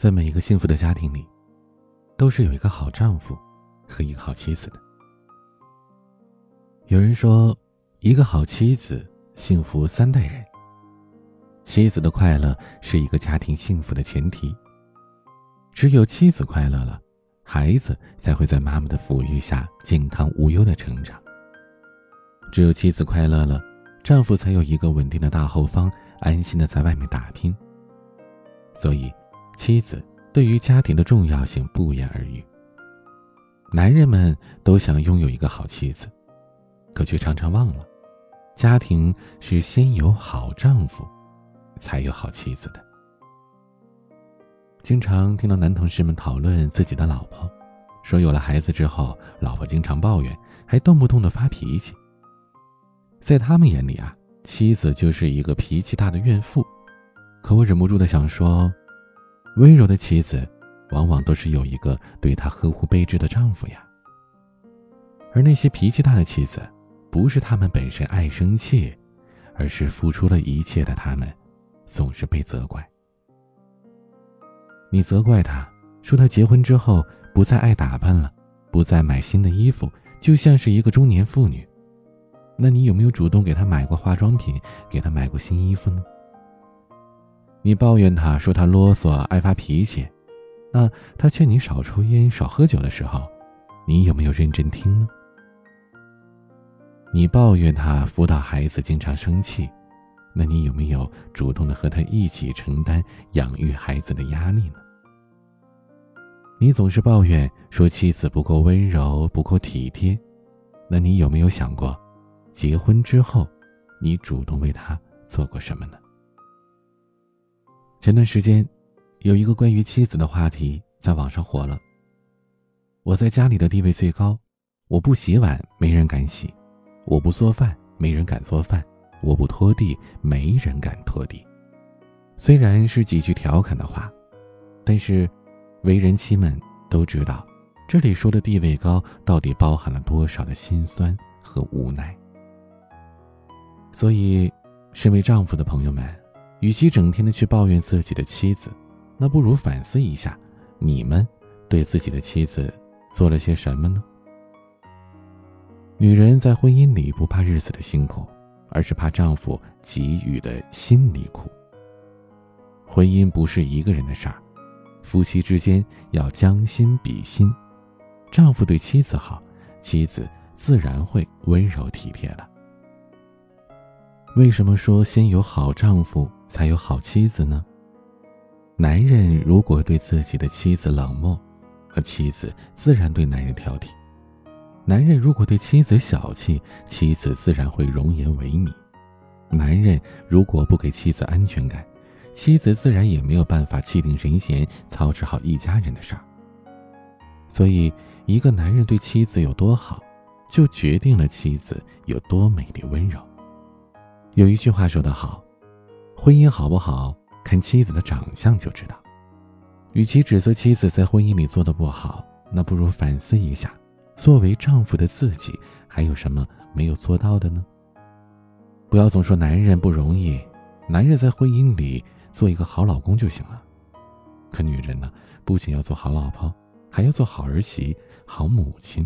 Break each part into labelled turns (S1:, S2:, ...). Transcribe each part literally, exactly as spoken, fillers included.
S1: 在每一个幸福的家庭里，都是有一个好丈夫和一个好妻子的。有人说，一个好妻子幸福三代人。妻子的快乐是一个家庭幸福的前提。只有妻子快乐了，孩子才会在妈妈的抚育下健康无忧的成长。只有妻子快乐了，丈夫才有一个稳定的大后方，安心的在外面打拼。所以妻子对于家庭的重要性不言而喻。男人们都想拥有一个好妻子，可却常常忘了，家庭是先有好丈夫才有好妻子的。经常听到男同事们讨论自己的老婆，说有了孩子之后，老婆经常抱怨，还动不动的发脾气。在他们眼里啊，妻子就是一个脾气大的怨妇。可我忍不住的想说，温柔的妻子往往都是有一个对她呵护备至的丈夫呀。而那些脾气大的妻子，不是他们本身爱生气，而是付出了一切的他们总是被责怪。你责怪他，说他结婚之后不再爱打扮了，不再买新的衣服，就像是一个中年妇女。那你有没有主动给他买过化妆品，给他买过新衣服呢？你抱怨他，说他啰嗦，爱发脾气，那他劝你少抽烟少喝酒的时候，你有没有认真听呢？你抱怨他辅导孩子经常生气，那你有没有主动的和他一起承担养育孩子的压力呢？你总是抱怨说妻子不够温柔，不够体贴，那你有没有想过，结婚之后你主动为他做过什么呢？前段时间有一个关于妻子的话题在网上火了。我在家里的地位最高，我不洗碗没人敢洗，我不做饭没人敢做饭，我不拖地没人敢拖地。虽然是几句调侃的话，但是为人妻们都知道，这里说的地位高到底包含了多少的心酸和无奈。所以身为丈夫的朋友们，与其整天的去抱怨自己的妻子，那不如反思一下，你们对自己的妻子做了些什么呢？女人在婚姻里不怕日子的辛苦，而是怕丈夫给予的心里苦。婚姻不是一个人的事儿，夫妻之间要将心比心，丈夫对妻子好，妻子自然会温柔体贴了。为什么说先有好丈夫才有好妻子呢？男人如果对自己的妻子冷漠，而妻子自然对男人挑剔；男人如果对妻子小气，妻子自然会容颜萎靡；男人如果不给妻子安全感，妻子自然也没有办法气定神闲操持好一家人的事儿。所以一个男人对妻子有多好，就决定了妻子有多美丽温柔。有一句话说得好，婚姻好不好，看妻子的长相就知道。与其指责妻子在婚姻里做得不好，那不如反思一下，作为丈夫的自己还有什么没有做到的呢？不要总说男人不容易，男人在婚姻里做一个好老公就行了。可女人呢，不仅要做好老婆，还要做好儿媳、好母亲。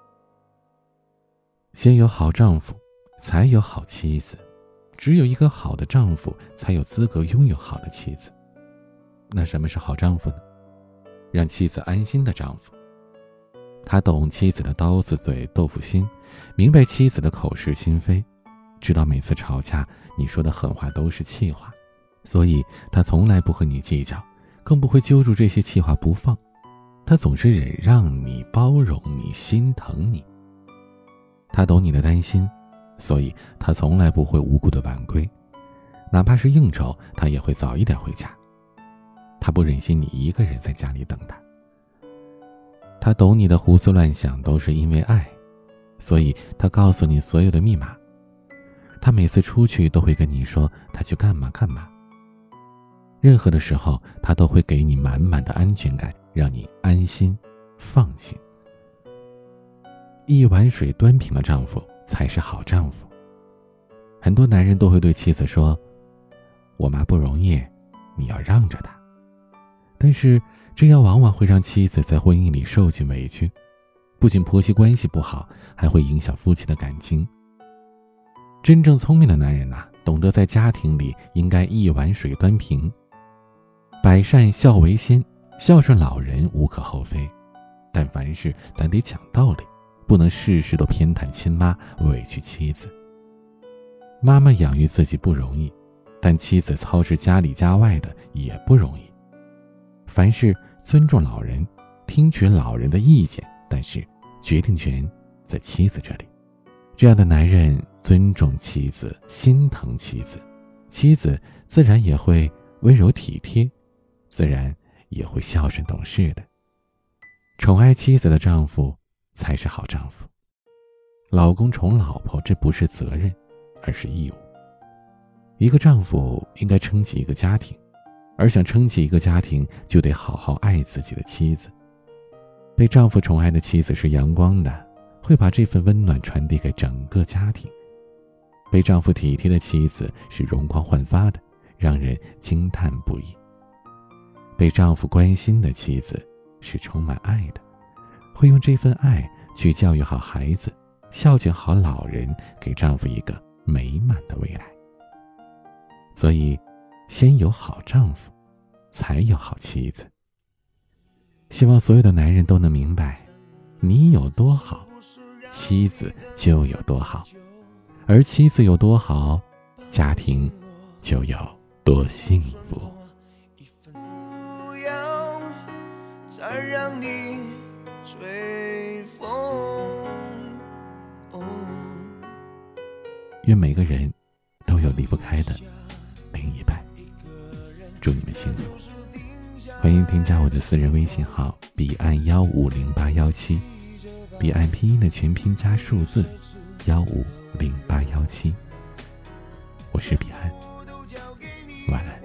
S1: 先有好丈夫，才有好妻子。只有一个好的丈夫，才有资格拥有好的妻子。那什么是好丈夫呢？让妻子安心的丈夫。他懂妻子的刀子嘴豆腐心，明白妻子的口是心非，知道每次吵架你说的狠话都是气话，所以他从来不和你计较，更不会揪住这些气话不放。他总是忍让你，包容你，心疼你。他懂你的担心，所以他从来不会无故的晚归，哪怕是应酬，他也会早一点回家。他不忍心你一个人在家里等他。他懂你的胡思乱想都是因为爱，所以他告诉你所有的密码。他每次出去都会跟你说他去干嘛干嘛。任何的时候，他都会给你满满的安全感，让你安心放心。一碗水端平的丈夫才是好丈夫。很多男人都会对妻子说，我妈不容易，你要让着她。 但是这样往往会让妻子在婚姻里受尽委屈，不仅婆媳关系不好，还会影响夫妻的感情。真正聪明的男人啊，懂得在家庭里应该一碗水端平，百善孝为先，孝顺老人无可厚非，但凡事咱得讲道理，不能事事都偏袒亲妈，委屈妻子。妈妈养育自己不容易，但妻子操持家里家外的也不容易。凡事尊重老人，听取老人的意见，但是决定权在妻子这里。这样的男人尊重妻子，心疼妻子，妻子自然也会温柔体贴，自然也会孝顺懂事的。宠爱妻子的丈夫才是好丈夫。老公宠老婆，这不是责任，而是义务。一个丈夫应该撑起一个家庭，而想撑起一个家庭，就得好好爱自己的妻子。被丈夫宠爱的妻子是阳光的，会把这份温暖传递给整个家庭。被丈夫体贴的妻子是容光焕发的，让人惊叹不已。被丈夫关心的妻子是充满爱的，会用这份爱去教育好孩子，孝敬好老人，给丈夫一个美满的未来。所以先有好丈夫，才有好妻子。希望所有的男人都能明白，你有多好，妻子就有多好，而妻子有多好，家庭就有多幸福。
S2: 不要再让你吹风、哦、
S1: 愿每个人都有离不开的另一半，祝你们幸福。欢迎添加我的私人微信号彼岸幺五零八幺七，彼岸拼音的全拼加数字幺五零八幺七。我是彼岸，晚安。